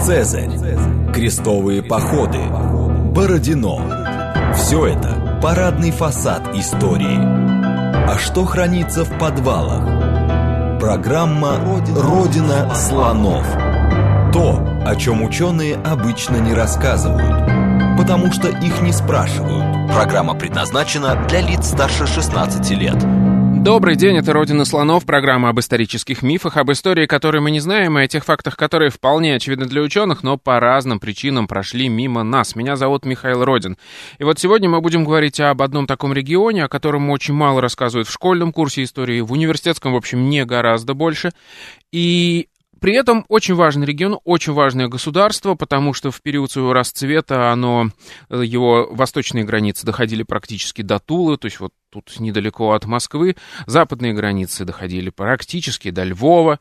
Цезарь, крестовые походы, Бородино. Все это парадный фасад истории. А что хранится в подвалах? Программа «Родина слонов». То, о чем ученые обычно не рассказывают, потому что их не спрашивают. Программа предназначена для лиц старше 16 лет. Добрый день, это «Родина слонов», программа об исторических мифах, об истории, которые мы не знаем, и о тех фактах, которые вполне очевидны для ученых, но по разным причинам прошли мимо нас. Меня зовут Михаил Родин. И вот сегодня мы будем говорить об одном таком регионе, о котором очень мало рассказывают в школьном курсе истории, в университетском, в общем, не гораздо больше. И при этом очень важный регион, очень важное государство, потому что в период своего расцвета его восточные границы доходили практически до Тулы, то есть вот тут недалеко от Москвы, западные границы доходили практически до Львова,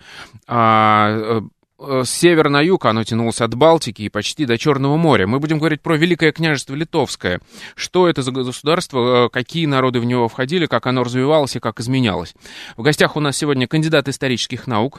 с севера на юг оно тянулось от Балтики и почти до Черного моря. Мы будем говорить про Великое княжество Литовское. Что это за государство, какие народы в него входили, как оно развивалось и как изменялось. В гостях у нас сегодня кандидат исторических наук,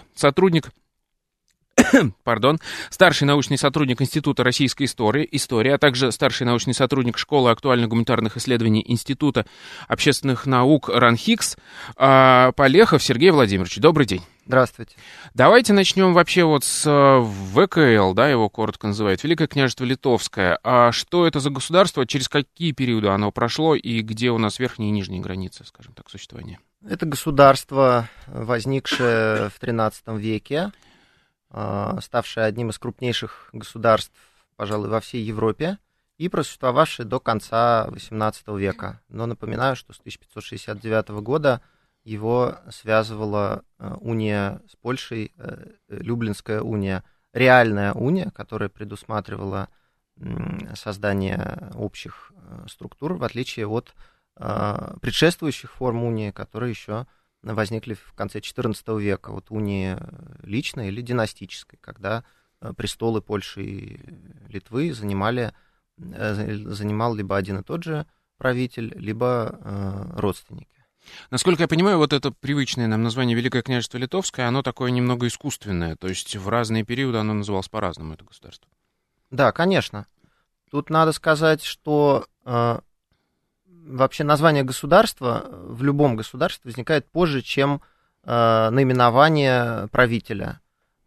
старший научный сотрудник Института российской истории, а также старший научный сотрудник Школы актуальных гуманитарных исследований Института общественных наук РАНХИКС Полехов Сергей Владимирович. Добрый день. Здравствуйте. Давайте начнем вообще вот с ВКЛ, да, его коротко называют, Великое княжество Литовское. А что это за государство, через какие периоды оно прошло и где у нас верхние и нижние границы, скажем так, существования? Это государство, возникшее в XIII веке, ставшее одним из крупнейших государств, пожалуй, во всей Европе, и просуществовавшее до конца XVIII века. Но напоминаю, что с 1569 года его связывала уния с Польшей, Люблинская уния, реальная уния, которая предусматривала создание общих структур, в отличие от предшествующих форм унии, которые еще возникли в конце XIV века, вот унии личной или династической, когда престолы Польши и Литвы занимал либо один и тот же правитель, либо родственники. Насколько я понимаю, вот это привычное нам название Великое княжество Литовское, оно такое немного искусственное, то есть в разные периоды оно называлось по-разному, это государство. Да, конечно. Тут надо сказать, что вообще название государства в любом государстве возникает позже, чем наименование правителя.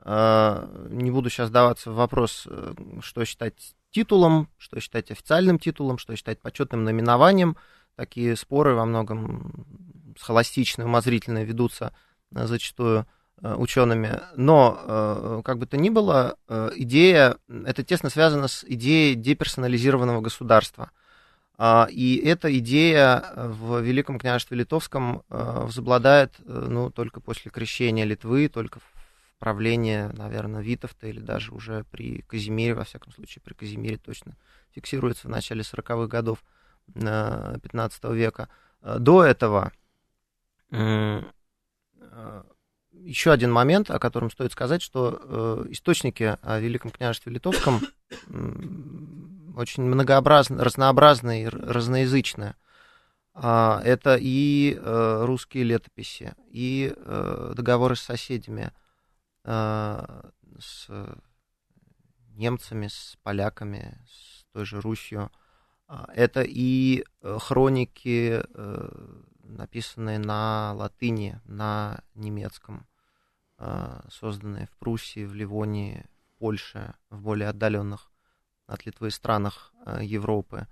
Не буду сейчас даваться в вопрос, что считать титулом, что считать официальным титулом, что считать почетным наименованием. Такие споры во многом схоластичные, умозрительные ведутся зачастую учеными. Но, как бы то ни было, идея, это тесно связано с идеей деперсонализированного государства. И эта идея в Великом княжестве Литовском возобладает только после крещения Литвы, только в правлении, наверное, Витовта или даже уже при Казимире, во всяком случае, при Казимире точно фиксируется в начале 40-х годов XV века. До этого еще один момент, о котором стоит сказать, что источники о Великом княжестве Литовском очень многообразные, разнообразные и разноязычные. Это и русские летописи, и договоры с соседями, с немцами, с поляками, с той же Русью. Это и хроники, написанные на латыни, на немецком, созданные в Пруссии, в Ливонии, в Польше, в более отдаленных от Литвы странах Европы.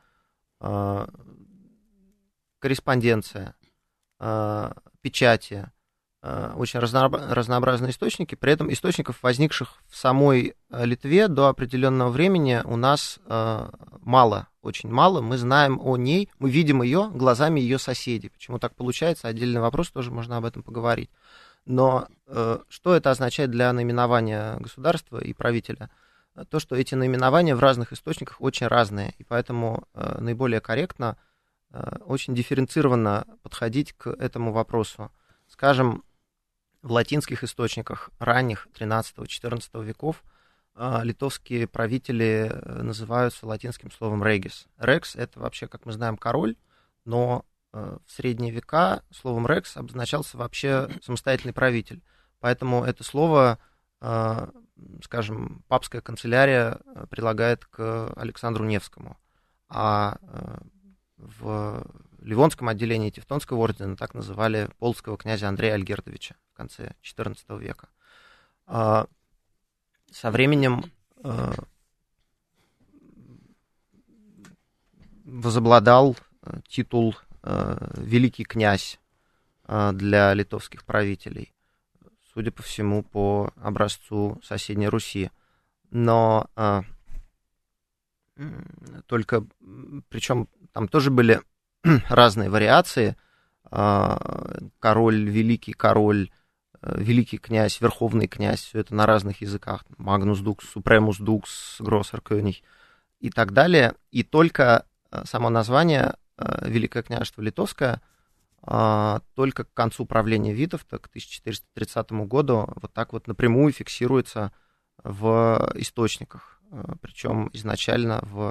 Корреспонденция, печати, очень разнообразные источники. При этом источников, возникших в самой Литве до определенного времени, у нас мало, очень мало. Мы знаем о ней, мы видим ее глазами ее соседей. Почему так получается? Отдельный вопрос, тоже можно об этом поговорить. Но что это означает для наименования государства и правителя? То, что эти наименования в разных источниках очень разные, и поэтому наиболее корректно, очень дифференцированно подходить к этому вопросу. Скажем, в латинских источниках ранних XIII-XIV веков литовские правители называются латинским словом «регис». «Рекс» — это вообще, как мы знаем, король, но в средние века словом «рекс» обозначался вообще самостоятельный правитель. Поэтому это слово скажем, папская канцелярия прилагает к Александру Невскому, а в Ливонском отделении Тевтонского ордена так называли полоцкого князя Андрея Альгердовича в конце XIV века. Со временем возобладал титул «великий князь» для литовских правителей, судя по всему, по образцу соседней Руси. Но только, причем там тоже были разные вариации. Король, великий князь, верховный князь, все это на разных языках. Магнус Дукс, Супремус Дукс, Гроссер Кёниг и так далее. И только само название Великое княжество Литовское только к концу правления Витовта, к 1430 году, вот так вот напрямую фиксируется в источниках, причем изначально в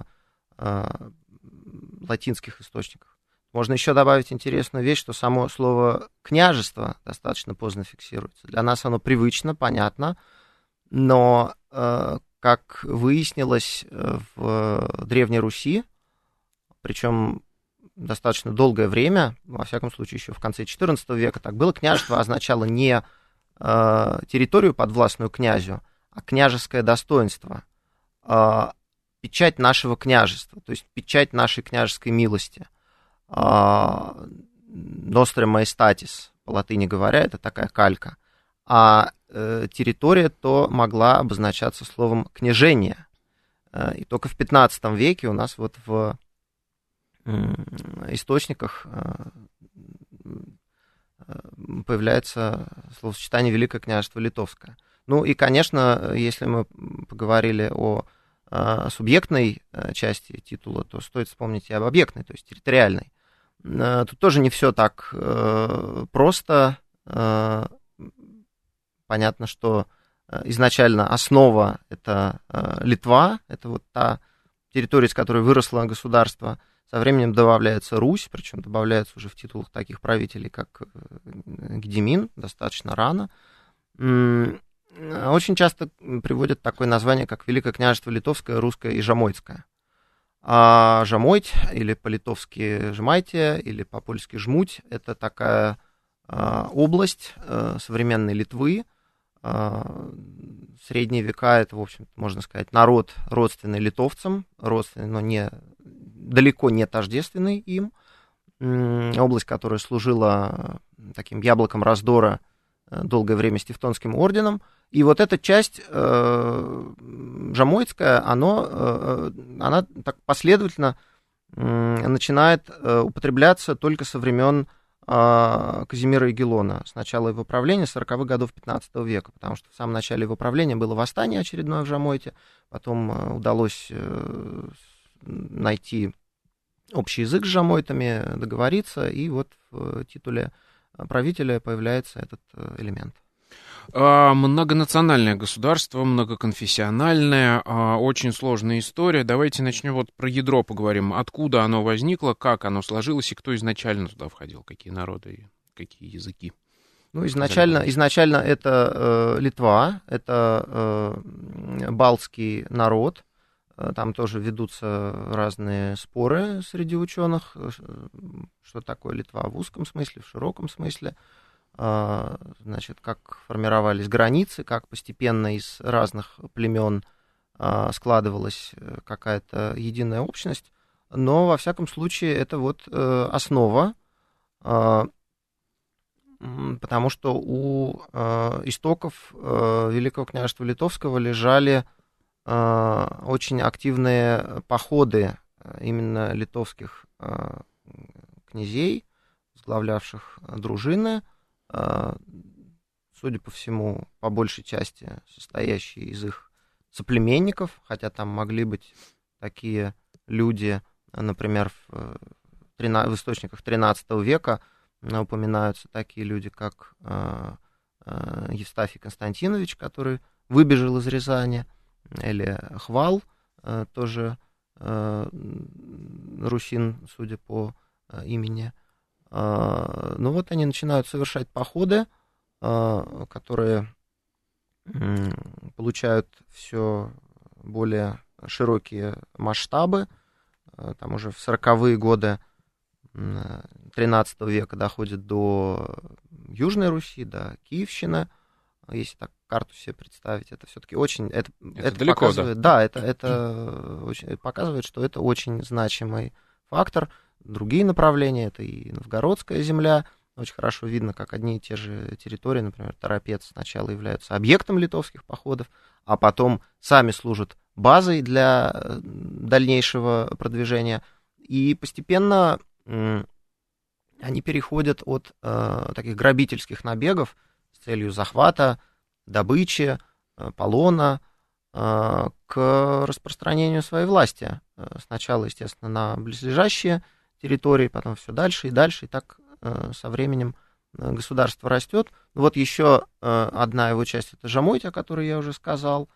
латинских источниках. Можно еще добавить интересную вещь, что само слово «княжество» достаточно поздно фиксируется. Для нас оно привычно, понятно, но, как выяснилось, в Древней Руси, причем достаточно долгое время, во всяком случае еще в конце XIV века так было, княжество означало не территорию, подвластную князю, а княжеское достоинство, печать нашего княжества, то есть печать нашей княжеской милости. Nostre Maestatis, по латыни говоря, это такая калька. А территория то могла обозначаться словом «княжение». И только в XV веке у нас вот в источниках появляется словосочетание «Великое княжество Литовское». Ну и, конечно, если мы поговорили о субъектной части титула, то стоит вспомнить и об объектной, то есть территориальной. Тут тоже не все так просто. Понятно, что изначально основа — это Литва, это вот та территория, с которой выросло государство. Со временем добавляется Русь, причем добавляется уже в титулах таких правителей, как Гедимин, достаточно рано. Очень часто приводят такое название, как Великое княжество Литовское, Русское и Жамойцкое. А Жамойт, или по-литовски Жмайтия, или по-польски Жмуть, это такая область современной Литвы. Средние века — это, в общем, можно сказать, народ, родственный литовцам, родственный, но далеко не тождественный им. Область, которая служила таким яблоком раздора долгое время с Тевтонским орденом. И вот эта часть Жамойцкая, она так последовательно начинает употребляться только со времен Казимира Ягеллона, с начала его правления, 40-х годов 15 века, потому что в самом начале его правления было восстание очередное в Жамойте, потом удалось найти общий язык с жамойтами, договориться, и вот в титуле правителя появляется этот элемент. Многонациональное государство, многоконфессиональное, очень сложная история. Давайте начнем вот про ядро поговорим. Откуда оно возникло, как оно сложилось и кто изначально туда входил, какие народы, какие языки? Ну, изначально это Литва, это балтский народ. Там тоже ведутся разные споры среди ученых, что такое Литва в узком смысле, в широком смысле. Значит, как формировались границы, как постепенно из разных племен складывалась какая-то единая общность. Но, во всяком случае, это вот основа, потому что у истоков Великого княжества Литовского лежали очень активные походы именно литовских князей, возглавлявших дружины, судя по всему, по большей части состоящие из их соплеменников, хотя там могли быть такие люди, например, в источниках XIII века упоминаются такие люди, как Евстафий Константинович, который выбежал из Рязани, или Хвал, тоже русин, судя по имени. Ну вот они начинают совершать походы, которые получают все более широкие масштабы. Там уже в 40-е годы XIII века доходит до Южной Руси, до Киевщины. Если так карту себе представить, это все-таки очень... Это далеко, показывает, да? Это очень, показывает, что это очень значимый фактор. Другие направления, это и Новгородская земля. Очень хорошо видно, как одни и те же территории, например, Торопец сначала являются объектом литовских походов, а потом сами служат базой для дальнейшего продвижения. И постепенно они переходят от таких грабительских набегов с целью захвата, добычи, полона к распространению своей власти. Сначала, естественно, на близлежащие территории, потом все дальше, и так со временем государство растет. Вот еще одна его часть — это Жамойт, о которой я уже сказал.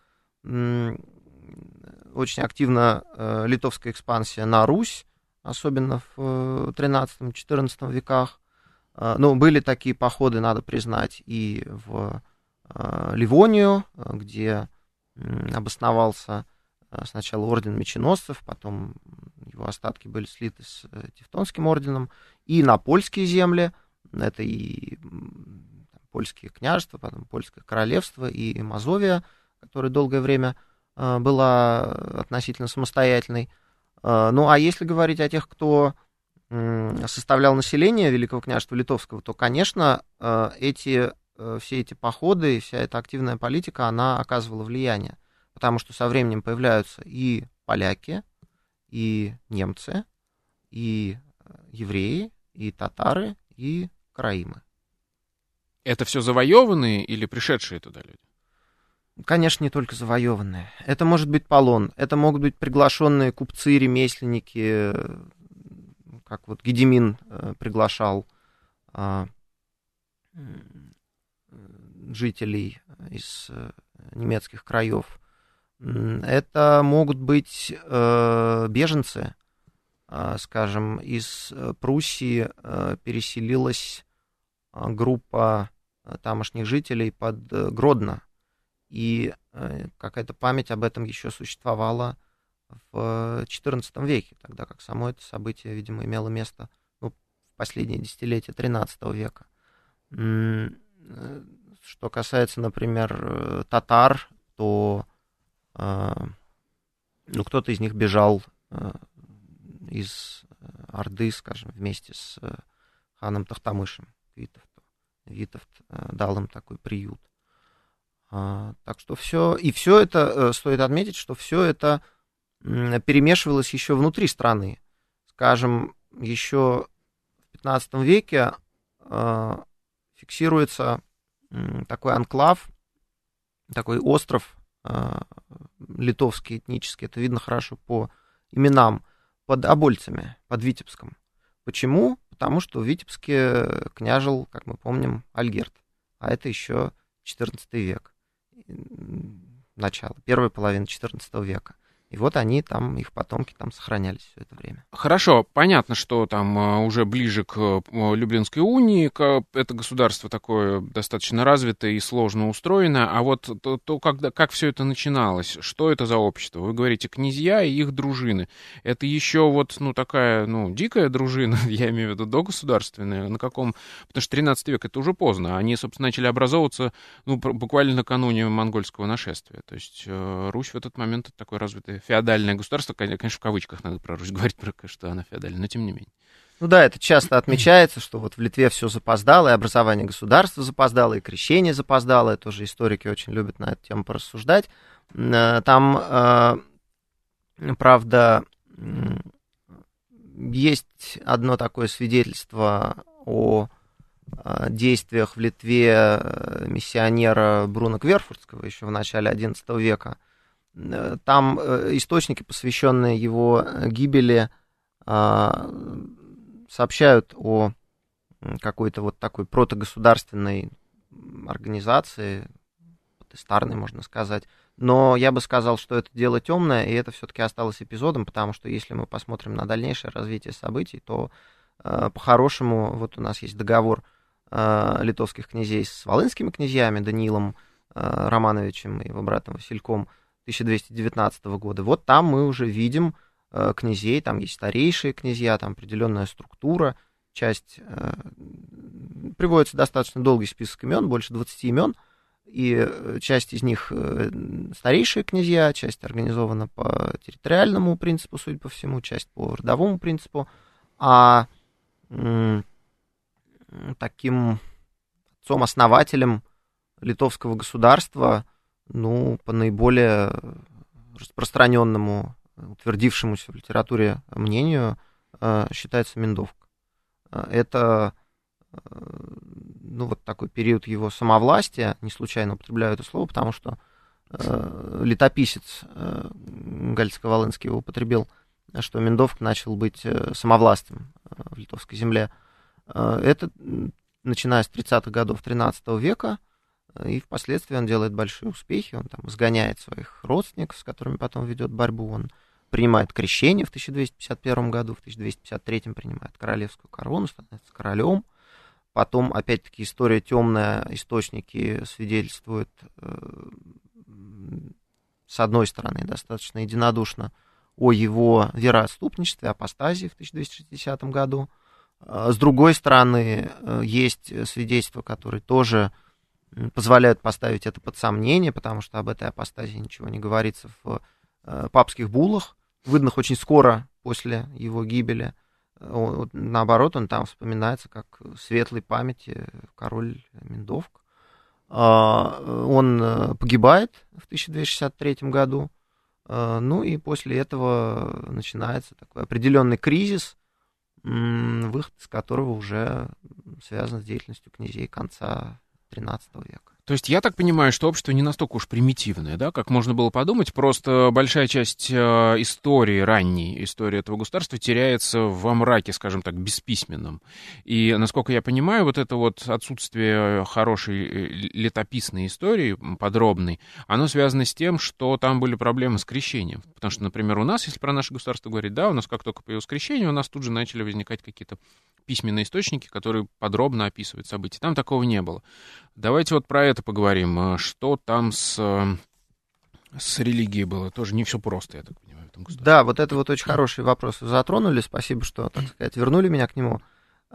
Очень активна литовская экспансия на Русь, особенно в XIII-XIV веках. Ну, были такие походы, надо признать, и в Ливонию, где обосновался сначала орден меченосцев, потом его остатки были слиты с Тевтонским орденом, и на польские земли, это и польские княжества, потом польское королевство, и Мазовия, которая долгое время была относительно самостоятельной. Ну, а если говорить о тех, кто составлял население Великого княжества Литовского, то, конечно, все эти походы, вся эта активная политика, она оказывала влияние, потому что со временем появляются и поляки, и немцы, и евреи, и татары, и караимы. Это все завоеванные или пришедшие туда люди? Конечно, не только завоеванные. Это может быть полон, это могут быть приглашенные купцы, ремесленники, как вот Гедимин приглашал жителей из немецких краев. Это могут быть беженцы. Скажем, из Пруссии переселилась группа тамошних жителей под Гродно. И какая-то память об этом еще существовала в XIV веке, тогда как само это событие, видимо, имело место в последние десятилетия XIII века. Что касается, например, татар, то кто-то из них бежал из Орды, скажем, вместе с ханом Тохтамышем Витовтом. Витовт дал им такой приют. Так что все это, стоит отметить, что все это перемешивалось еще внутри страны. Скажем, еще в 15 веке фиксируется такой анклав, такой остров литовский, этнический, это видно хорошо по именам, под Обольцами, под Витебском. Почему? Потому что в Витебске княжил, как мы помним, Альгерд, а это еще XIV век, начало, первая половина XIV века. И вот они там, их потомки там сохранялись все это время. Хорошо, понятно, что там уже ближе к Люблинской унии, это государство такое достаточно развитое и сложно устроено, а вот как все это начиналось, что это за общество? Вы говорите, князья и их дружины. Это еще вот, такая, дикая дружина, я имею в виду догосударственная, на каком... Потому что 13 век это уже поздно, они, собственно, начали образовываться, буквально накануне монгольского нашествия. То есть Русь в этот момент это такое развитое феодальное государство, конечно, в кавычках надо про Русь говорить, что она феодальная, но тем не менее. Это часто отмечается, что вот в Литве все запоздало, и образование государства запоздало, и крещение запоздало, тоже историки очень любят на эту тему порассуждать. Там, правда, есть одно такое свидетельство о действиях в Литве миссионера Бруно Кверфуртского еще в начале XI века. Там источники, посвященные его гибели, сообщают о какой-то вот такой протогосударственной организации, протестарной, можно сказать. Но я бы сказал, что это дело темное, и это все-таки осталось эпизодом, потому что если мы посмотрим на дальнейшее развитие событий, то по-хорошему вот у нас есть договор литовских князей с волынскими князьями, Даниилом Романовичем и его братом Васильком 1219 года. Вот там мы уже видим князей, там есть старейшие князья, там определенная структура, приводится достаточно долгий список имен, больше 20 имен, и часть из них старейшие князья, часть организована по территориальному принципу, судя по всему, часть по родовому принципу, а таким отцом-основателем литовского государства, по наиболее распространенному, утвердившемуся в литературе мнению, считается Миндовк. Это такой период его самовластия, не случайно употребляю это слово, потому что летописец Гальцко-Волынский его употребил, что Миндовк начал быть самовластным в литовской земле. Это начиная с 30-х годов 13 века, и впоследствии он делает большие успехи, он там изгоняет своих родственников, с которыми потом ведет борьбу, он принимает крещение в 1251 году, в 1253 принимает королевскую корону, становится королем. Потом, опять-таки, история темная, источники свидетельствуют, с одной стороны, достаточно единодушно о его вероотступничестве, апостазии в 1260 году. С другой стороны, есть свидетельства, которые тоже позволяют поставить это под сомнение, потому что об этой апостазии ничего не говорится в папских буллах, выданных очень скоро после его гибели. Наоборот, он там вспоминается как светлой памяти король Миндовк. Он погибает в 1263 году, и после этого начинается такой определенный кризис, выход из которого уже связан с деятельностью князей конца XIII века. То есть я так понимаю, что общество не настолько уж примитивное, да, как можно было подумать, просто большая часть ранней истории этого государства теряется во мраке, скажем так, бесписьменном. И, насколько я понимаю, вот это вот отсутствие хорошей летописной истории, подробной, оно связано с тем, что там были проблемы с крещением. Потому что, например, у нас, если про наше государство говорить, да, у нас как только появилось крещение, у нас тут же начали возникать какие-то письменные источники, которые подробно описывают события. Там такого не было. Давайте вот про это поговорим. Что там с религией было? Тоже не все просто, я так понимаю, в этом государстве. Да, вот это вот очень хороший вопрос вы затронули. Спасибо, что, так сказать, вернули меня к нему.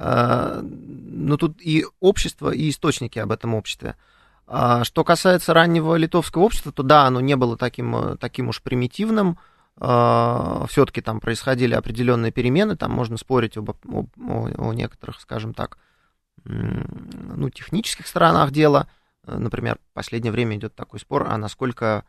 Тут и общество, и источники об этом обществе. Что касается раннего литовского общества, то да, оно не было таким уж примитивным. Все-таки там происходили определенные перемены, там можно спорить о некоторых, скажем так, технических сторонах дела. Например, в последнее время идет такой спор, насколько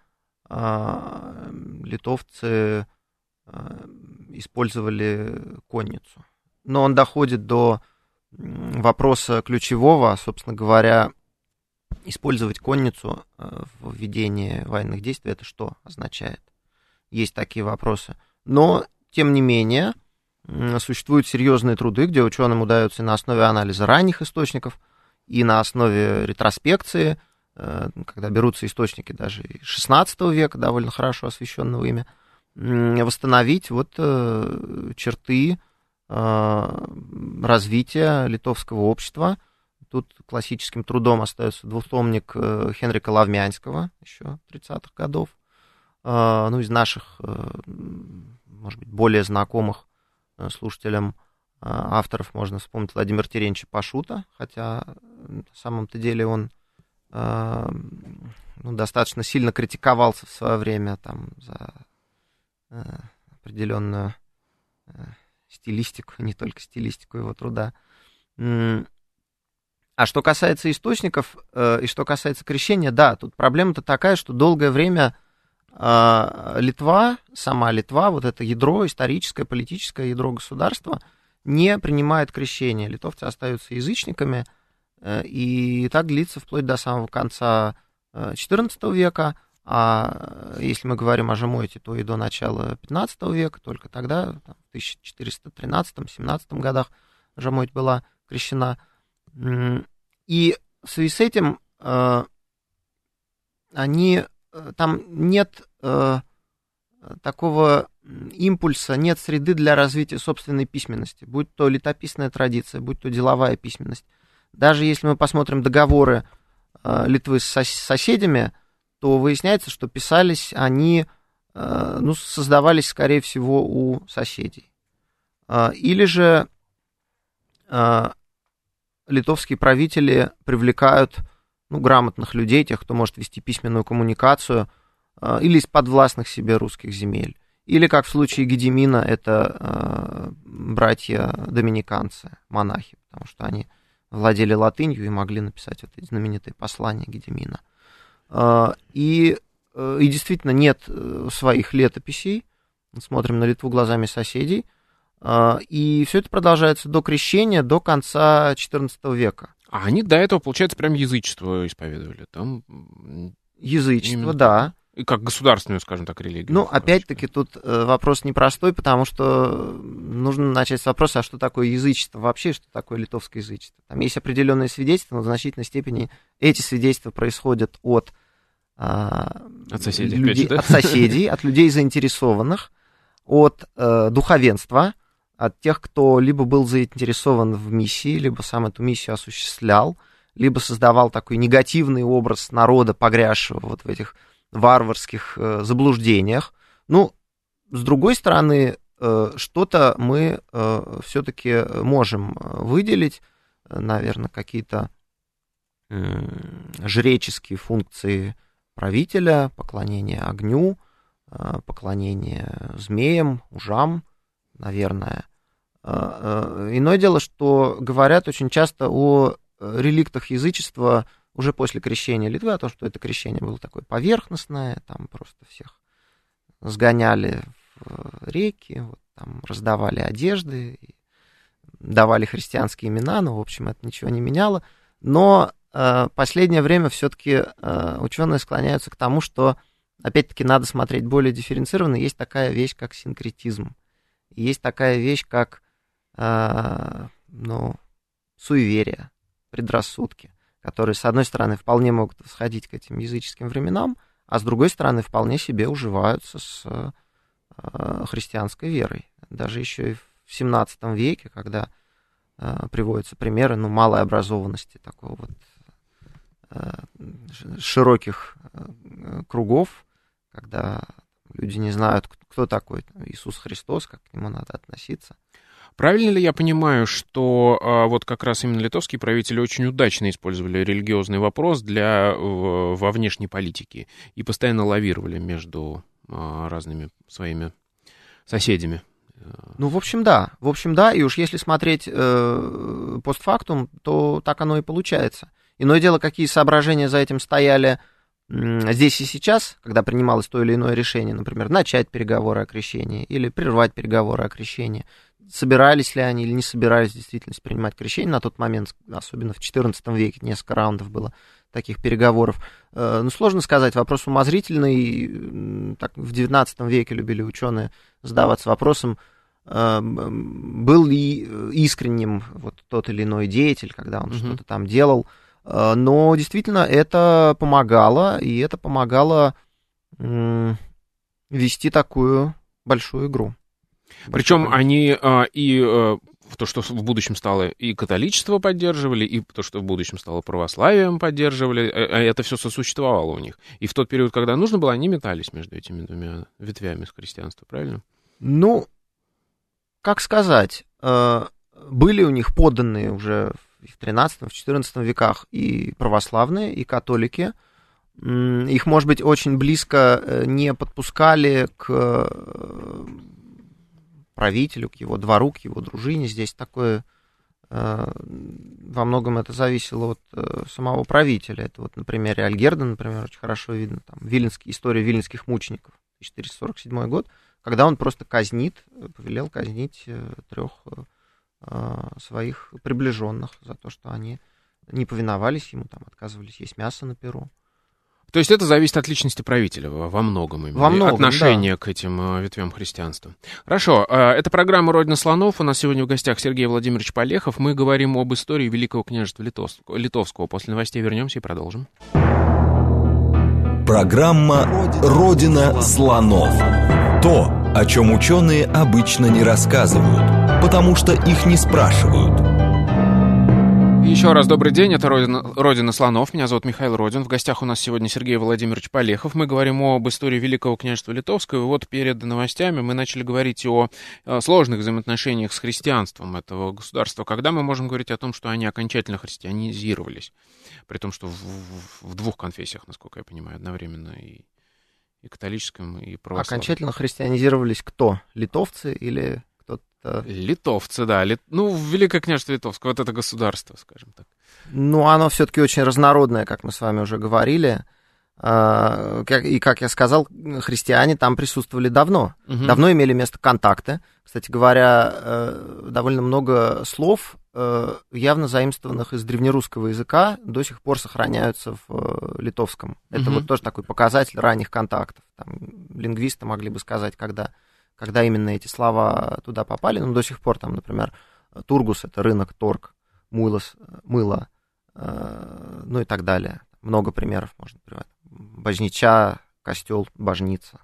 литовцы использовали конницу. Но он доходит до вопроса ключевого, собственно говоря, использовать конницу в ведении военных действий, это что означает? Есть такие вопросы. Но, тем не менее, существуют серьезные труды, где ученым удается на основе анализа ранних источников и на основе ретроспекции, когда берутся источники даже XVI века, довольно хорошо освещенного ими, восстановить черты развития литовского общества. Тут классическим трудом остается двухтомник Хенрика Лавмянского, еще 30-х годов. Из наших, может быть, более знакомых слушателям авторов можно вспомнить Владимира Терентьевича Пашута, хотя на самом-то деле он достаточно сильно критиковался в свое время там, за определенную стилистику, не только стилистику его труда. А что касается источников и что касается крещения, да, тут проблема-то такая, что долгое время Литва, сама Литва, вот это ядро, историческое, политическое ядро государства, не принимает крещение. Литовцы остаются язычниками, и так длится вплоть до самого конца XIV века, а если мы говорим о Жемойте, то и до начала XV века, только тогда, в 1413-17 годах Жемойт была крещена. И в связи с этим там нет такого импульса, нет среды для развития собственной письменности, будь то летописная традиция, будь то деловая письменность. Даже если мы посмотрим договоры Литвы с соседями, то выясняется, что писались они, создавались, скорее всего, у соседей. Или же литовские правители привлекают грамотных людей, тех, кто может вести письменную коммуникацию, или из подвластных себе русских земель. Или, как в случае Гедимина, это братья-доминиканцы, монахи, потому что они владели латынью и могли написать вот эти знаменитые послания Гедимина. И действительно нет своих летописей. Смотрим на Литву глазами соседей. И все это продолжается до крещения, до конца XIV века. А они до этого, получается, прям язычество исповедовали. Там язычество, именно... да. И как государственную, скажем так, религию. Опять-таки, тут вопрос непростой, потому что нужно начать с вопроса, а что такое язычество вообще, что такое литовское язычество. Там есть определенные свидетельства, но в значительной степени эти свидетельства происходят от соседей, от соседей, от людей заинтересованных, от духовенства, от тех, кто либо был заинтересован в миссии, либо сам эту миссию осуществлял, либо создавал такой негативный образ народа, погрязшего вот в этих варварских заблуждениях. С другой стороны, что-то мы все-таки можем выделить, наверное, какие-то жреческие функции правителя, поклонение огню, поклонение змеям, ужам, наверное. Иное дело, что говорят очень часто о реликтах язычества уже после крещения Литвы, о том, что это крещение было такое поверхностное, там просто всех сгоняли в реки, вот, там раздавали одежды, давали христианские имена, в общем, это ничего не меняло. Но последнее время все-таки ученые склоняются к тому, что, опять-таки, надо смотреть более дифференцированно. Есть такая вещь, как синкретизм. Есть такая вещь, как суеверия, предрассудки, которые, с одной стороны, вполне могут восходить к этим языческим временам, а с другой стороны, вполне себе уживаются с христианской верой. Даже еще и в XVII веке, когда приводятся примеры малой образованности такого вот широких кругов, когда люди не знают, кто такой Иисус Христос, как к нему надо относиться. Правильно ли я понимаю, что вот как раз именно литовские правители очень удачно использовали религиозный вопрос во внешней политике и постоянно лавировали между разными своими соседями? В общем, да. И уж если смотреть постфактум, то так оно и получается. Иное дело, какие соображения за этим стояли здесь и сейчас, когда принималось то или иное решение, например, начать переговоры о крещении или прервать переговоры о крещении. Собирались ли они или не собирались в действительности принимать крещение на тот момент, особенно в XIV веке, несколько раундов было таких переговоров. Сложно сказать, вопрос умозрительный. Так, в XIX веке любили ученые задаваться вопросом, был ли искренним вот тот или иной деятель, когда он что-то там делал. Но действительно это помогало, и это помогало вести такую большую игру. Причем они то, что в будущем стало и католичество поддерживали, и то, что в будущем стало православием поддерживали, это все сосуществовало у них. И в тот период, когда нужно было, они метались между этими двумя ветвями христианства, правильно? Как сказать, были у них подданные уже в XIII, в XIV веках и православные, и католики. Их, может быть, очень близко не подпускали к правителю, к его двору, к его дружине. Здесь такое, во многом это зависело от самого правителя. Это вот на примере Альгерда, например, очень хорошо видно. Там история виленских мучеников, 1447 год, когда он просто повелел казнить 3 своих приближенных за то, что они не повиновались ему, там отказывались есть мясо на перу. То есть это зависит от личности правителя во многом, отношения к этим ветвям христианства. Хорошо, это программа «Родина слонов». У нас сегодня в гостях Сергей Владимирович Полехов. Мы говорим об истории Великого княжества Литовского. После новостей вернемся и продолжим. Программа «Родина слонов». То, о чем ученые обычно не рассказывают, потому что их не спрашивают. Еще раз добрый день, это «Родина слонов», меня зовут Михаил Родин, в гостях у нас сегодня Сергей Владимирович Полехов, мы говорим об истории Великого княжества Литовского, и вот перед новостями мы начали говорить о сложных взаимоотношениях с христианством этого государства, когда мы можем говорить о том, что они окончательно христианизировались, при том, что в двух конфессиях, насколько я понимаю, одновременно и католическом, и православном. Окончательно христианизировались кто? Литовцы или... Литовцы, да. Великое княжество Литовское, вот это государство, скажем так. Оно все-таки очень разнородное, как мы с вами уже говорили. И, как я сказал, христиане там присутствовали давно. Угу. Давно имели место контакты. Кстати говоря, довольно много слов, явно заимствованных из древнерусского языка, до сих пор сохраняются в литовском. Это вот тоже такой показатель ранних контактов. Там, лингвисты могли бы сказать, когда именно эти слова туда попали, до сих пор там, например, Тургус — это рынок, торг, мыло, и так далее. Много примеров можно приводить. Божнича, костел, божница.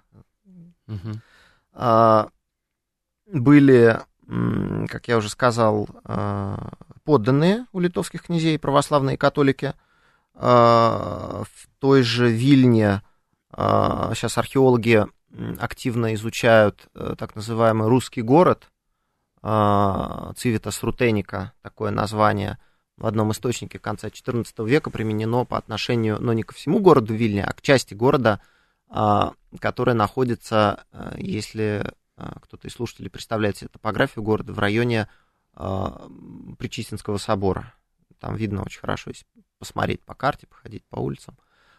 Были, как я уже сказал, подданные у литовских князей, православные католики. В той же Вильне сейчас археологи активно изучают так называемый русский город, Цивитас Рутеника, такое название, в одном источнике конца XIV века применено по отношению, не ко всему городу Вильне, а к части города, которая находится, если кто-то из слушателей представляет себе топографию города, в районе Пречистинского собора. Там видно очень хорошо, если посмотреть по карте, походить по улицам.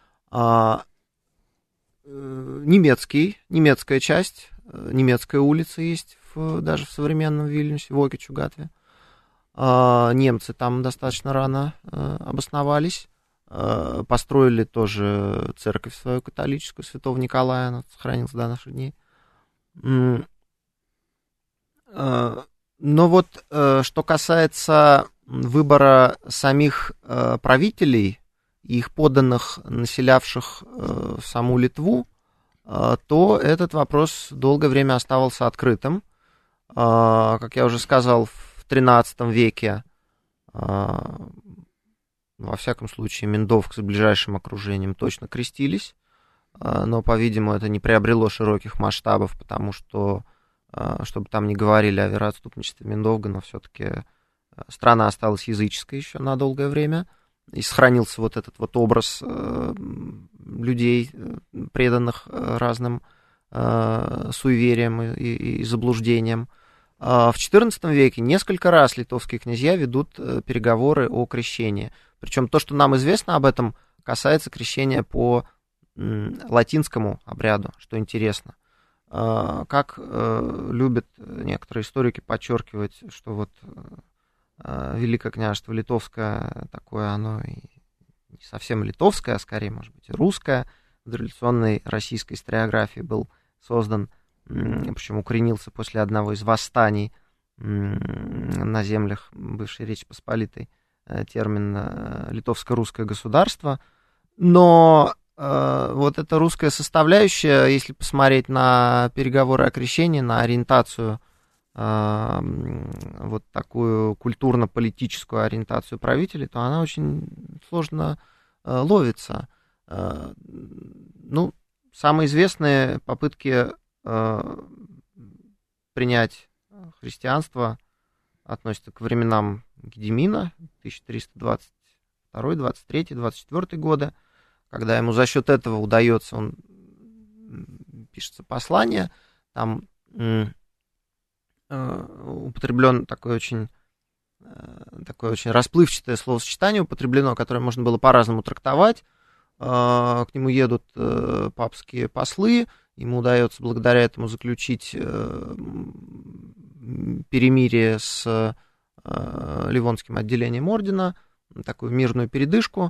Немецкая часть, немецкая улица есть даже в современном Вильнюсе, в Окичугатве. Немцы там достаточно рано обосновались, построили тоже церковь свою католическую, Святого Николая, она сохранилась до наших дней. Но вот что касается выбора самих правителей, их подданных, населявших саму Литву, то этот вопрос долгое время оставался открытым. Как я уже сказал, в XIII веке, во всяком случае, Миндовк с ближайшим окружением точно крестились, но, по-видимому, это не приобрело широких масштабов, потому что, чтобы там не говорили о вероотступничестве Миндовга, но все-таки страна осталась языческой еще на долгое время, и сохранился вот этот вот образ людей, преданных разным суевериям и заблуждениям. В XIV веке несколько раз литовские князья ведут переговоры о крещении. Причем то, что нам известно об этом, касается крещения по латинскому обряду, что интересно. Как любят некоторые историки подчеркивать, что вот Великое княжество Литовское, такое оно и не совсем литовское, а скорее, может быть, и русское. В дореволюционной российской историографии был создан, причем укоренился после одного из восстаний на землях бывшей Речи Посполитой, термин «литовско-русское государство». Но вот эта русская составляющая, если посмотреть на переговоры о крещении, на ориентацию, вот такую культурно-политическую ориентацию правителей, то она очень сложно ловится. Самые известные попытки принять христианство относятся к временам Гедемина, 1322, 23, 24 годы, когда ему за счет этого удается, он пишется послание, там употреблен такое очень расплывчатое словосочетание употреблено, которое можно было по-разному трактовать. К нему едут папские послы, ему удается благодаря этому заключить перемирие с Ливонским отделением ордена, такую мирную передышку,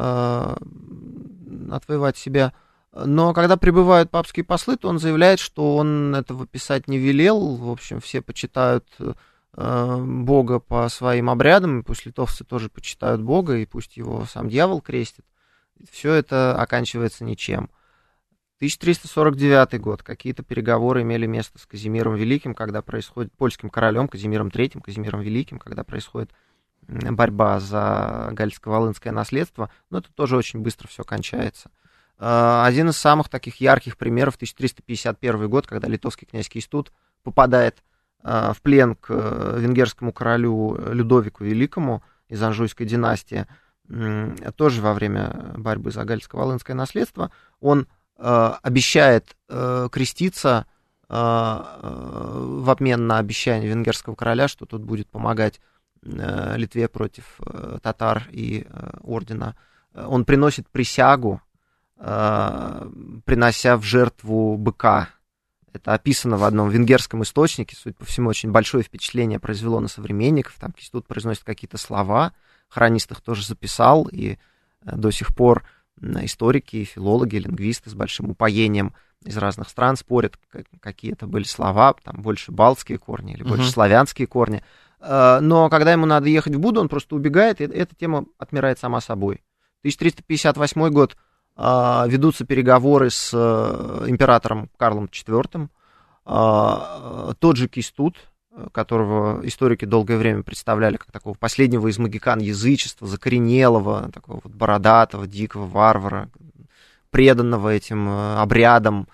отвоевать себя. Но когда прибывают папские послы, то он заявляет, что он этого писать не велел. В общем, все почитают Бога по своим обрядам, и пусть литовцы тоже почитают Бога, и пусть его сам дьявол крестит. Все это оканчивается ничем. 1349 год. Какие-то переговоры имели место с Казимиром Великим, когда происходит польским королем Казимиром III, Казимиром Великим, когда происходит борьба за галицко-волынское наследство, но это тоже очень быстро все кончается. Один из самых таких ярких примеров — 1351 год, когда литовский князь Кейстут попадает в плен к венгерскому королю Людовику Великому из Анжуйской династии, тоже во время борьбы за галицко-волынское наследство. Он обещает креститься в обмен на обещание венгерского короля, что тот будет помогать Литве против татар и ордена. Он приносит присягу, принося в жертву быка. Это описано в одном венгерском источнике. Судя по всему, очень большое впечатление произвело на современников. Там Кейстут произносит какие-то слова, хронист их тоже записал, и до сих пор историки, филологи, лингвисты с большим упоением из разных стран спорят, какие это были слова, там больше балтские корни или больше славянские корни. Но когда ему надо ехать в Буду, он просто убегает, и эта тема отмирает сама собой. 1358 год ведутся переговоры с императором Карлом IV. Тот же Кейстут, которого историки долгое время представляли как такого последнего из могикан язычества, закоренелого, такого вот бородатого, дикого варвара, преданного этим обрядам,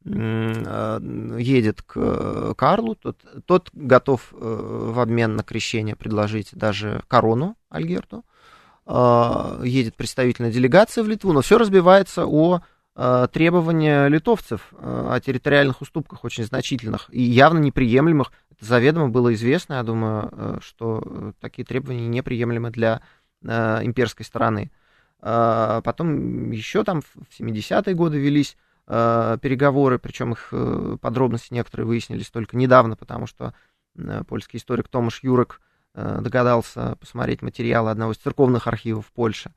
едет к Карлу. Тот готов в обмен на крещение предложить даже корону Альгерту. Едет представительная делегация в Литву, но все разбивается о требования литовцев, о территориальных уступках очень значительных и явно неприемлемых. Это заведомо было известно, я думаю, что такие требования неприемлемы для имперской стороны. Потом еще там в 70-е годы велись переговоры, причем их подробности некоторые выяснились только недавно, потому что польский историк Томаш Юрек догадался посмотреть материалы одного из церковных архивов Польши.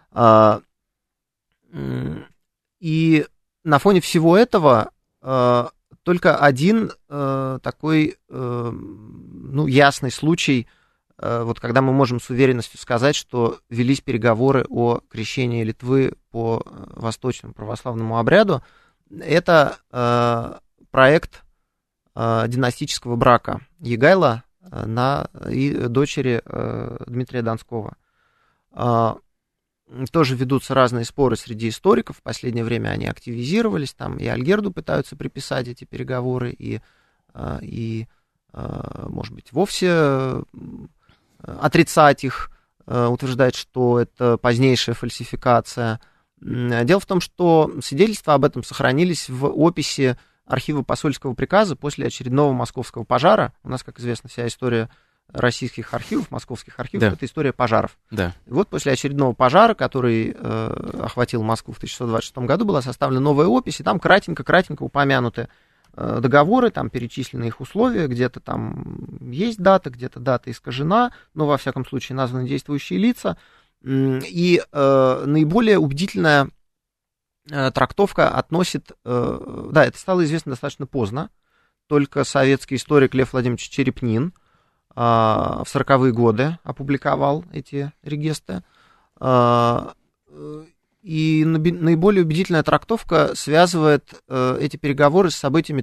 И на фоне всего этого только один такой ясный случай, вот когда мы можем с уверенностью сказать, что велись переговоры о крещении Литвы по восточному православному обряду, это проект династического брака Егайла и дочери Дмитрия Донского. Тоже ведутся разные споры среди историков. В последнее время они активизировались. Там и Альгерду пытаются приписать эти переговоры, и может быть, вовсе отрицать их, утверждать, что это позднейшая фальсификация. Дело в том, что свидетельства об этом сохранились в описи архива посольского приказа после очередного московского пожара. У нас, как известно, вся история российских архивов, московских архивов, это история пожаров. Да. И вот после очередного пожара, который охватил Москву в 1626 году, была составлена новая опись, и там кратенько упомянуты договоры, там перечислены их условия, где-то там есть дата, где-то дата искажена, но во всяком случае названы действующие лица. И наиболее убедительная трактовка относит... Да, это стало известно достаточно поздно, только советский историк Лев Владимирович Черепнин в 40-е годы опубликовал эти регестры. И наиболее убедительная трактовка связывает эти переговоры с событиями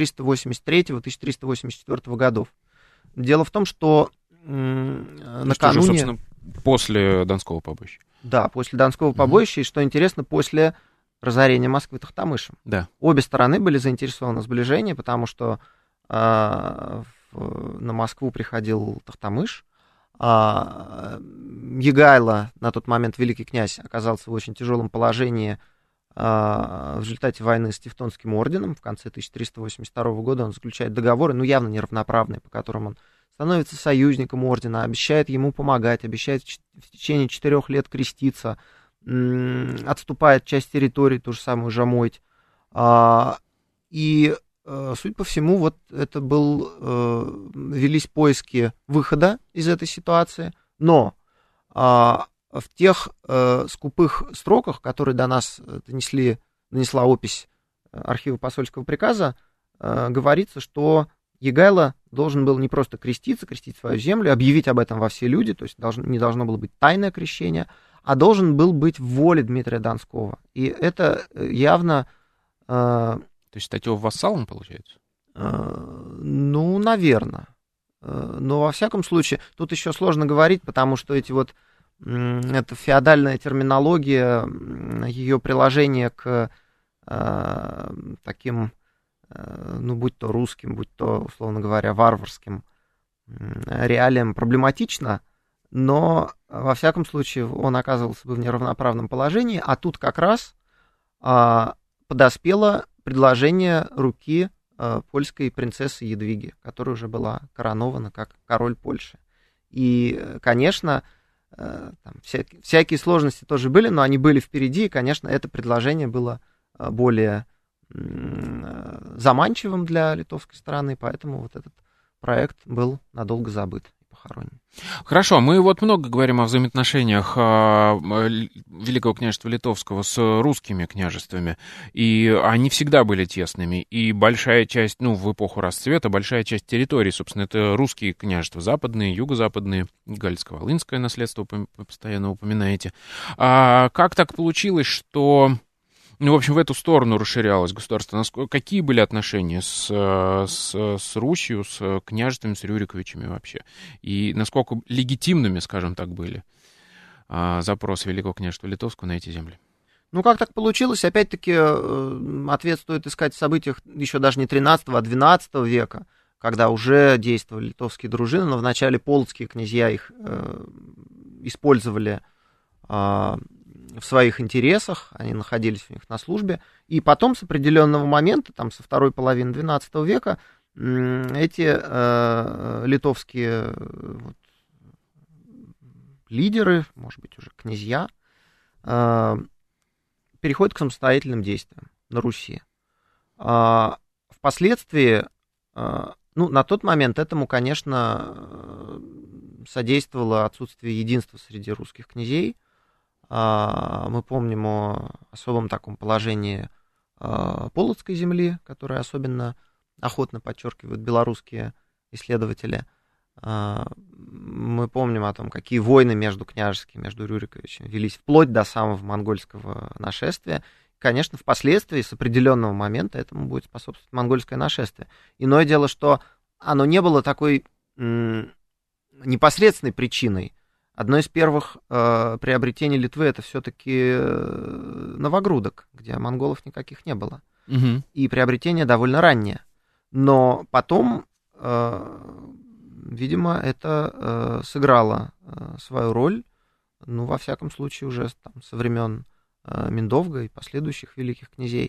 1383-1384 годов. Дело в том, что накануне... Что, собственно, после Донского побоища. Да, после Донского побоища, и, что интересно, после разорения Москвы Тохтамышем. Да. Обе стороны были заинтересованы в сближении, потому что на Москву приходил Тохтамыш, Егайло, на тот момент великий князь, оказался в очень тяжелом положении в результате войны с Тевтонским орденом. В конце 1382 года он заключает договоры, явно неравноправные, по которым он становится союзником ордена, обещает ему помогать, обещает в течение 4 лет креститься, отступает часть территории, ту же самую Жамойт. И, судя по всему, вот это велись поиски выхода из этой ситуации, но в тех скупых строках, которые до нас донесла опись архива посольского приказа, говорится, что Егайло должен был не просто крестить свою землю, объявить об этом во все люди, то есть не должно было быть тайное крещение, а должен был быть в воле Дмитрия Донского. И это явно... То есть стать его вассалом, получается? Наверное. Но во всяком случае, тут еще сложно говорить, потому что эта феодальная терминология, ее приложение к таким, будь то русским, будь то, условно говоря, варварским реалиям проблематично, но во всяком случае он оказывался бы в неравноправном положении, а тут как раз подоспело предложение руки польской принцессы Едвиги, которая уже была коронована как король Польши. И, конечно, всякие сложности тоже были, но они были впереди, и, конечно, это предложение было более заманчивым для литовской стороны, поэтому вот этот проект был надолго забыт и похоронен. Хорошо, мы много говорим о взаимоотношениях Великого княжества Литовского с русскими княжествами, и они всегда были тесными, и большая часть, в эпоху расцвета, большая часть территорий, собственно, это русские княжества, западные, юго-западные, Галицко-Волынское наследство вы постоянно упоминаете. А как так получилось, что... в общем, в эту сторону расширялось государство. Какие были отношения с Русью, с княжествами, с Рюриковичами вообще? И насколько легитимными, скажем так, были запросы Великого княжества Литовского на эти земли? Как так получилось? Опять-таки, ответ стоит искать в событиях еще даже не 13, а 12 века, когда уже действовали литовские дружины, но вначале полоцкие князья их использовали в своих интересах, они находились у них на службе, и потом с определенного момента, со второй половины XII века, эти литовские лидеры, может быть, уже князья, переходят к самостоятельным действиям на Руси. Впоследствии, на тот момент этому, конечно, содействовало отсутствие единства среди русских князей. Мы помним о особом таком положении Полоцкой земли, которое особенно охотно подчеркивают белорусские исследователи. Мы помним о том, какие войны между Рюриковичами велись вплоть до самого монгольского нашествия. Конечно, впоследствии, с определенного момента, этому будет способствовать монгольское нашествие. Иное дело, что оно не было такой непосредственной причиной. Одно из первых приобретений Литвы — это все-таки Новогрудок, где монголов никаких не было. Угу. И приобретение довольно раннее. Но потом, видимо, это сыграло свою роль, во всяком случае, уже со времен Миндовга и последующих великих князей.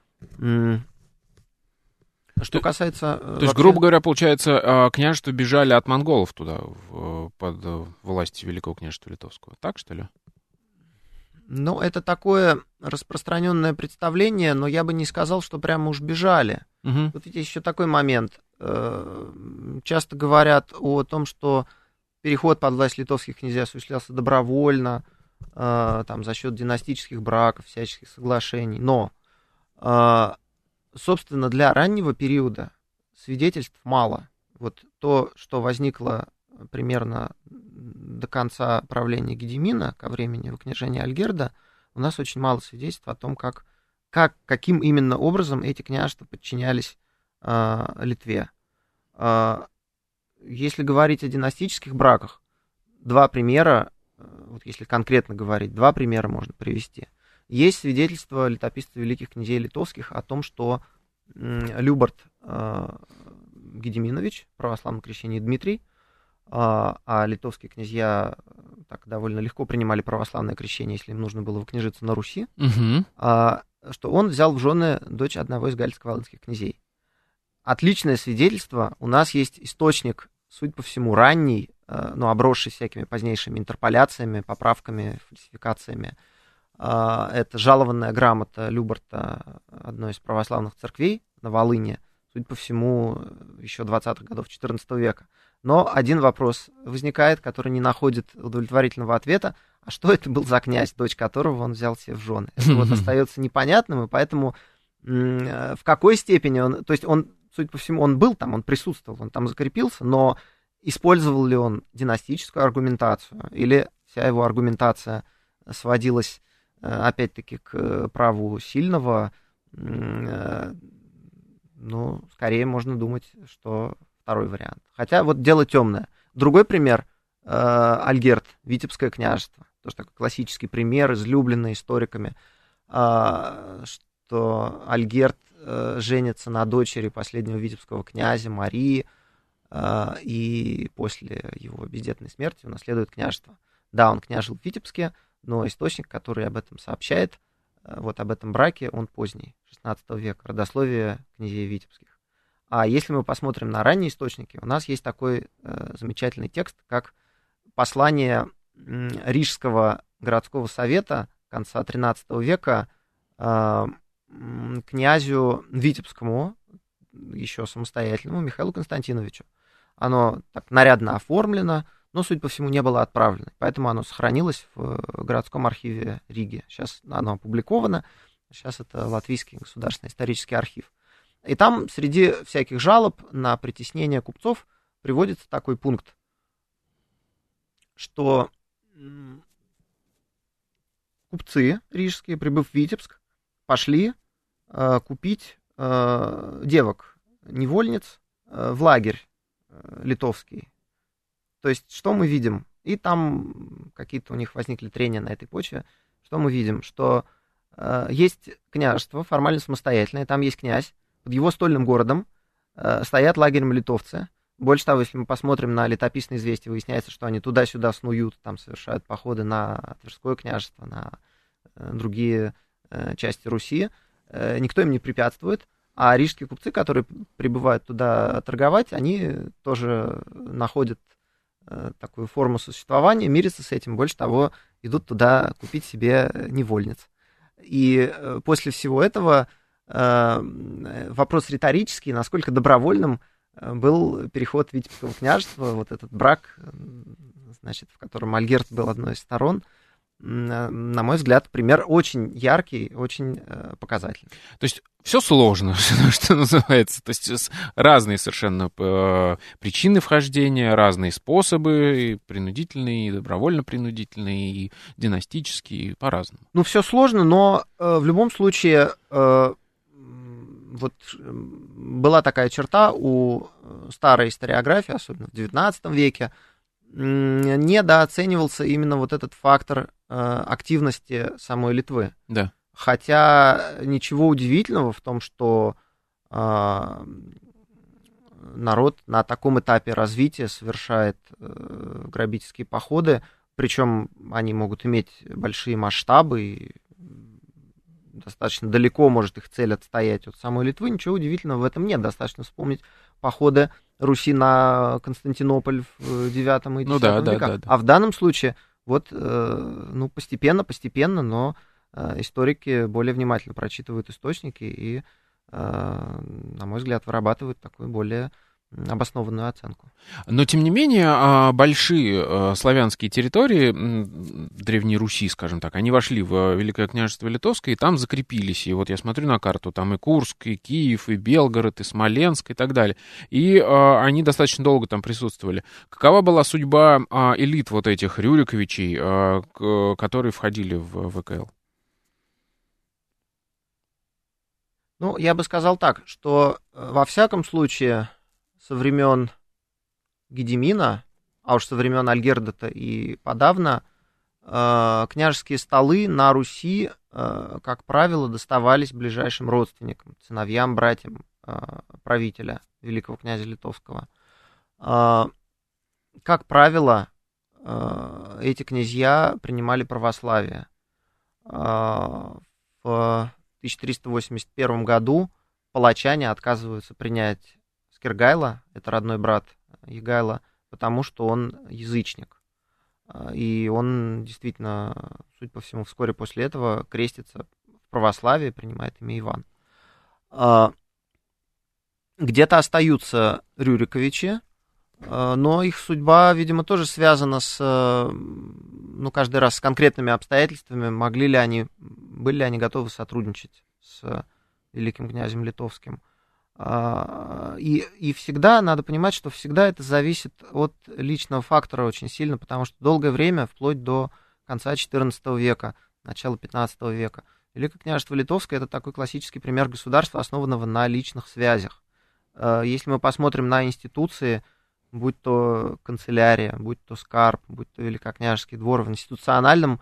Что касается... То есть, грубо говоря, получается, княжества бежали от монголов туда, под властью Великого княжества Литовского. Так, что ли? Это такое распространенное представление, но я бы не сказал, что прямо уж бежали. Угу. Вот видите, еще такой момент. Часто говорят о том, что переход под власть литовских князей осуществлялся добровольно, за счет династических браков, всяческих соглашений. Но, собственно, для раннего периода свидетельств мало. То, что возникло примерно до конца правления Гедимина, ко времени выкняжения Альгерда, у нас очень мало свидетельств о том, каким именно образом эти княжества подчинялись Литве. Если говорить о династических браках, два примера, если конкретно говорить, два примера можно привести. Есть свидетельство летописцев великих князей литовских о том, что Любарт Гедиминович, православное крещение Дмитрий, а литовские князья так довольно легко принимали православное крещение, если им нужно было выкняжиться на Руси, что он взял в жены дочь одного из галицко-волынских князей. Отличное свидетельство. У нас есть источник, судя по всему, ранний, но обросший всякими позднейшими интерполяциями, поправками, фальсификациями. Это жалованная грамота Любарта одной из православных церквей на Волыне, судя по всему, еще 20-х годов XIV века. Но один вопрос возникает, который не находит удовлетворительного ответа. А что это был за князь, дочь которого он взял себе в жены? Это остается непонятным, и поэтому в какой степени он... То есть он, судя по всему, он был там, он присутствовал, он там закрепился, но использовал ли он династическую аргументацию, или вся его аргументация сводилась, опять-таки, к праву сильного? Скорее можно думать, что второй вариант. Хотя вот дело темное. Другой пример — Альгерд, Витебское княжество. Тоже такой классический пример, излюбленный историками, что Альгерд женится на дочери последнего витебского князя Марии, и после его бездетной смерти унаследует княжество. Да, он княжил в Витебске, но источник, который об этом сообщает, вот об этом браке, он поздний, 16 века, родословие князей витебских. А если мы посмотрим на ранние источники, у нас есть такой замечательный текст, как послание Рижского городского совета конца XIII века князю Витебскому, еще самостоятельному, Михаилу Константиновичу. Оно так нарядно оформлено, но, судя по всему, не было отправлено. Поэтому оно сохранилось в городском архиве Риги. Сейчас оно опубликовано. Сейчас это Латвийский государственный исторический архив. И там среди всяких жалоб на притеснение купцов приводится такой пункт, что купцы рижские, прибыв в Витебск, пошли купить девок, невольниц, в лагерь литовский. То есть, что мы видим? И там какие-то у них возникли трения на этой почве. Что мы видим? Что есть княжество, формально самостоятельное, там есть князь, под его стольным городом стоят лагерем литовцы. Больше того, если мы посмотрим на летописные известия, выясняется, что они туда-сюда снуют, там совершают походы на Тверское княжество, на другие части Руси. Никто им не препятствует. А рижские купцы, которые прибывают туда торговать, они тоже находят такую форму существования, мирятся с этим. Больше того, идут туда купить себе невольниц. И после всего этого вопрос риторический, насколько добровольным был переход Витебского княжества, вот этот брак, значит, в котором Альгерд был одной из сторон, на мой взгляд, пример очень яркий, очень показательный. То есть все сложно, что называется. То есть разные совершенно причины вхождения, разные способы, и принудительные, и добровольно-принудительные, и династические, и по-разному. Ну, все сложно, но в любом случае вот была такая черта у старой историографии, особенно в XIX веке, недооценивался именно вот этот фактор активности самой Литвы. Да. Хотя ничего удивительного в том, что народ на таком этапе развития совершает грабительские походы, причем они могут иметь большие масштабы, и достаточно далеко может их цель отстоять от самой Литвы. Ничего удивительного в этом нет. Достаточно вспомнить походы Руси на Константинополь в IX и X веках. Да. А в данном случае вот постепенно, но историки более внимательно прочитывают источники и, на мой взгляд, вырабатывают такую более обоснованную оценку. Но, тем не менее, большие славянские территории Древней Руси, скажем так, они вошли в Великое княжество Литовское и там закрепились. И вот я смотрю на карту, там и Курск, и Киев, и Белгород, и Смоленск, и так далее. И они достаточно долго там присутствовали. Какова была судьба элит вот этих Рюриковичей, которые входили в ВКЛ? Ну, я бы сказал так, что во всяком случае со времен Гедемина, а уж со времен Альгерда-то и подавно, княжеские столы на Руси, как правило, доставались ближайшим родственникам, сыновьям, братьям правителя, великого князя Литовского. Как правило, эти князья принимали православие. В 1381 году палачане отказываются принять Скиргайла, это родной брат Егайла, потому что он язычник. И он действительно, судя по всему, вскоре после этого крестится в православии, принимает имя Иван. Где-то остаются Рюриковичи, но их судьба, видимо, тоже связана с, каждый раз с конкретными обстоятельствами. Были ли они готовы сотрудничать с великим князем Литовским? И всегда надо понимать, что всегда это зависит от личного фактора очень сильно, потому что долгое время, вплоть до конца XIV века, начала XV века, Великое княжество Литовское — это такой классический пример государства, основанного на личных связях. Если мы посмотрим на институции, будь то канцелярия, будь то скарб, будь то Великокняжеский двор, в институциональной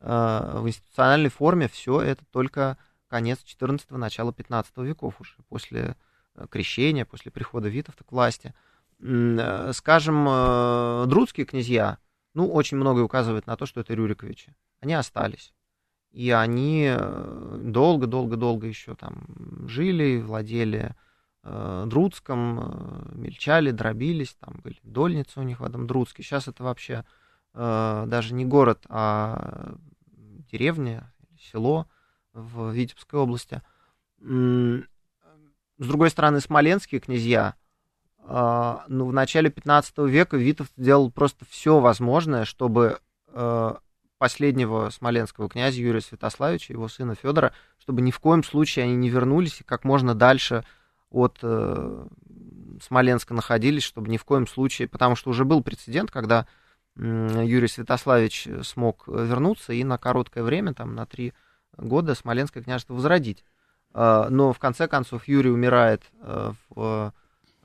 форме все это только конец XIV, начало XV веков уже, после крещения, после прихода витовта к власти. Скажем, друдские князья, очень многое указывает на то, что это Рюриковичи. Они остались. И они долго-долго-долго еще там жили, владели Друдском, мельчали, дробились, там были дольницы у них в этом Друдске. Сейчас это вообще даже не город, а деревня, село в Витебской области. С другой стороны, смоленские князья, в начале 15 века Витовт делал просто все возможное, чтобы последнего смоленского князя Юрия Святославича, его сына Федора, чтобы ни в коем случае они не вернулись и как можно дальше от Смоленска находились, чтобы ни в коем случае, потому что уже был прецедент, когда Юрий Святославич смог вернуться и на короткое время, там, на 3 года, Смоленское княжество возродить. Но в конце концов Юрий умирает в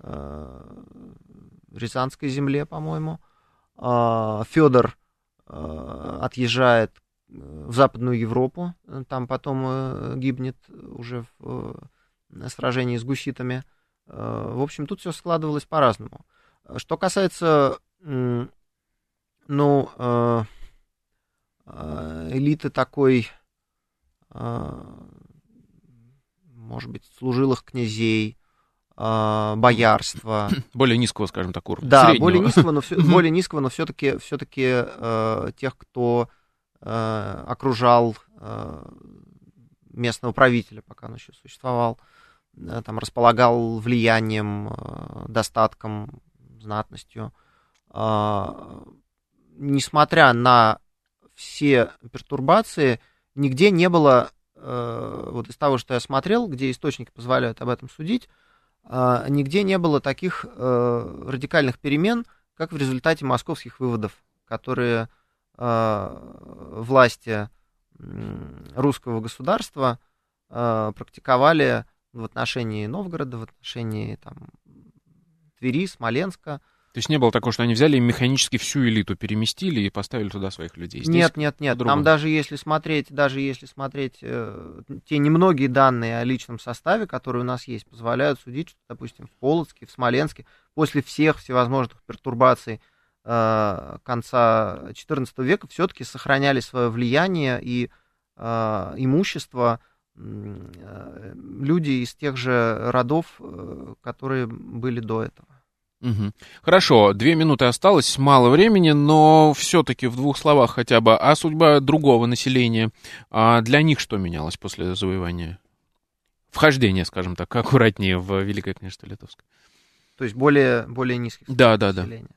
Рязанской земле, по-моему. Федор отъезжает в Западную Европу, там потом гибнет уже в сражении с гуситами. В общем, тут все складывалось по-разному. Что касается, элиты такой, может быть, служилых князей, боярства. Более низкого, скажем так, уровня. Да, среднего. более низкого, но все-таки тех, кто окружал местного правителя, пока он еще существовал, там располагал влиянием, достатком, знатностью. Несмотря на все пертурбации, нигде не было, вот из того, что я смотрел, где источники позволяют об этом судить, нигде не было таких радикальных перемен, как в результате московских выводов, которые власти русского государства практиковали в отношении Новгорода, в отношении там, Твери, Смоленска. То есть не было такого, что они взяли и механически всю элиту переместили и поставили туда своих людей? Здесь нет. Там даже если смотреть те немногие данные о личном составе, которые у нас есть, позволяют судить, что, допустим, в Полоцке, в Смоленске, после всех всевозможных пертурбаций конца XIV века все-таки сохраняли свое влияние и имущество люди из тех же родов, которые были до этого. Угу. Хорошо, 2 минуты осталось, мало времени, но все-таки в 2 словах хотя бы, а судьба другого населения, для них что менялось после завоевания? Вхождение, скажем так, аккуратнее в Великое княжество Литовское. То есть более низких населения.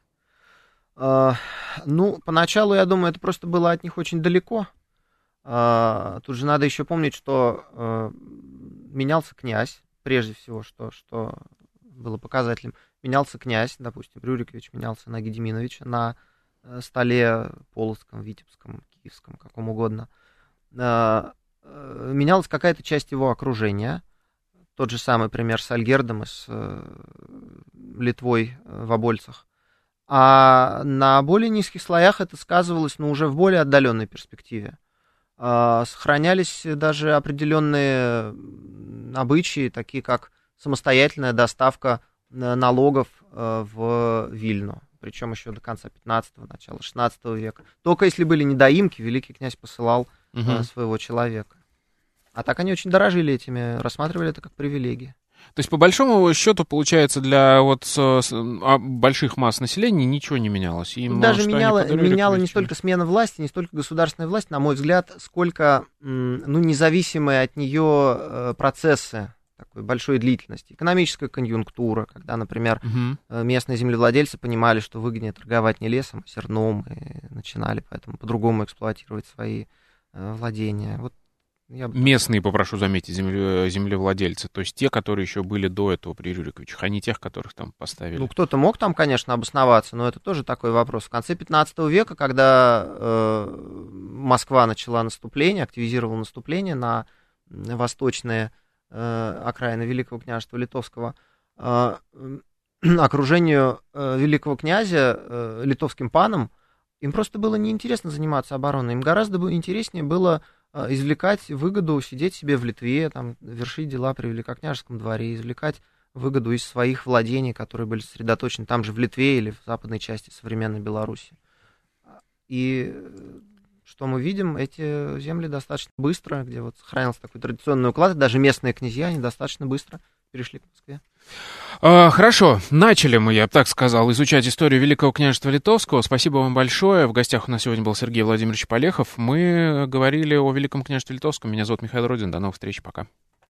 Поначалу, я думаю, это просто было от них очень далеко. Тут же надо еще помнить, что менялся князь, прежде всего, что было показателем. Менялся князь, допустим, Рюрикович менялся на Гедеминовича на столе Полоцком, Витебском, Киевском, каком угодно. Менялась какая-то часть его окружения. Тот же самый пример с Альгердом и с Литвой в Обольцах. А на более низких слоях это сказывалось, уже в более отдаленной перспективе. Сохранялись даже определенные обычаи, такие как самостоятельная доставка налогов в Вильну, причем еще до конца 15-го, начала 16 века. Только если были недоимки, великий князь посылал своего человека. А так они очень дорожили этими, рассматривали это как привилегии. То есть, по большому счету, получается, для больших масс населения ничего не менялось. Даже меняла не столько смена власти, не столько государственная власть, на мой взгляд, сколько независимые от нее процессы такой большой длительности. Экономическая конъюнктура, когда, например, местные землевладельцы понимали, что выгоднее торговать не лесом, а зерном, и начинали поэтому по-другому эксплуатировать свои владения. Местные, попрошу заметить, землевладельцы, то есть те, которые еще были до этого при Рюриковичах, а не тех, которых там поставили. Кто-то мог там, конечно, обосноваться, но это тоже такой вопрос. В конце 15 века, когда Москва начала наступление, активизировала наступление на восточные окраины Великого княжества Литовского, окружению великого князя литовским паном, им просто было неинтересно заниматься обороной. Им гораздо интереснее было извлекать выгоду, сидеть себе в Литве, там, вершить дела при великокняжеском дворе, извлекать выгоду из своих владений, которые были сосредоточены там же в Литве или в западной части современной Беларуси. И что мы видим, эти земли достаточно быстро, где вот сохранился такой традиционный уклад, даже местные князья, они достаточно быстро перешли к Москве. Хорошо, начали мы, я бы так сказал, изучать историю Великого княжества Литовского. Спасибо вам большое. В гостях у нас сегодня был Сергей Владимирович Полехов. Мы говорили о Великом княжестве Литовском. Меня зовут Михаил Родин. До новых встреч. Пока.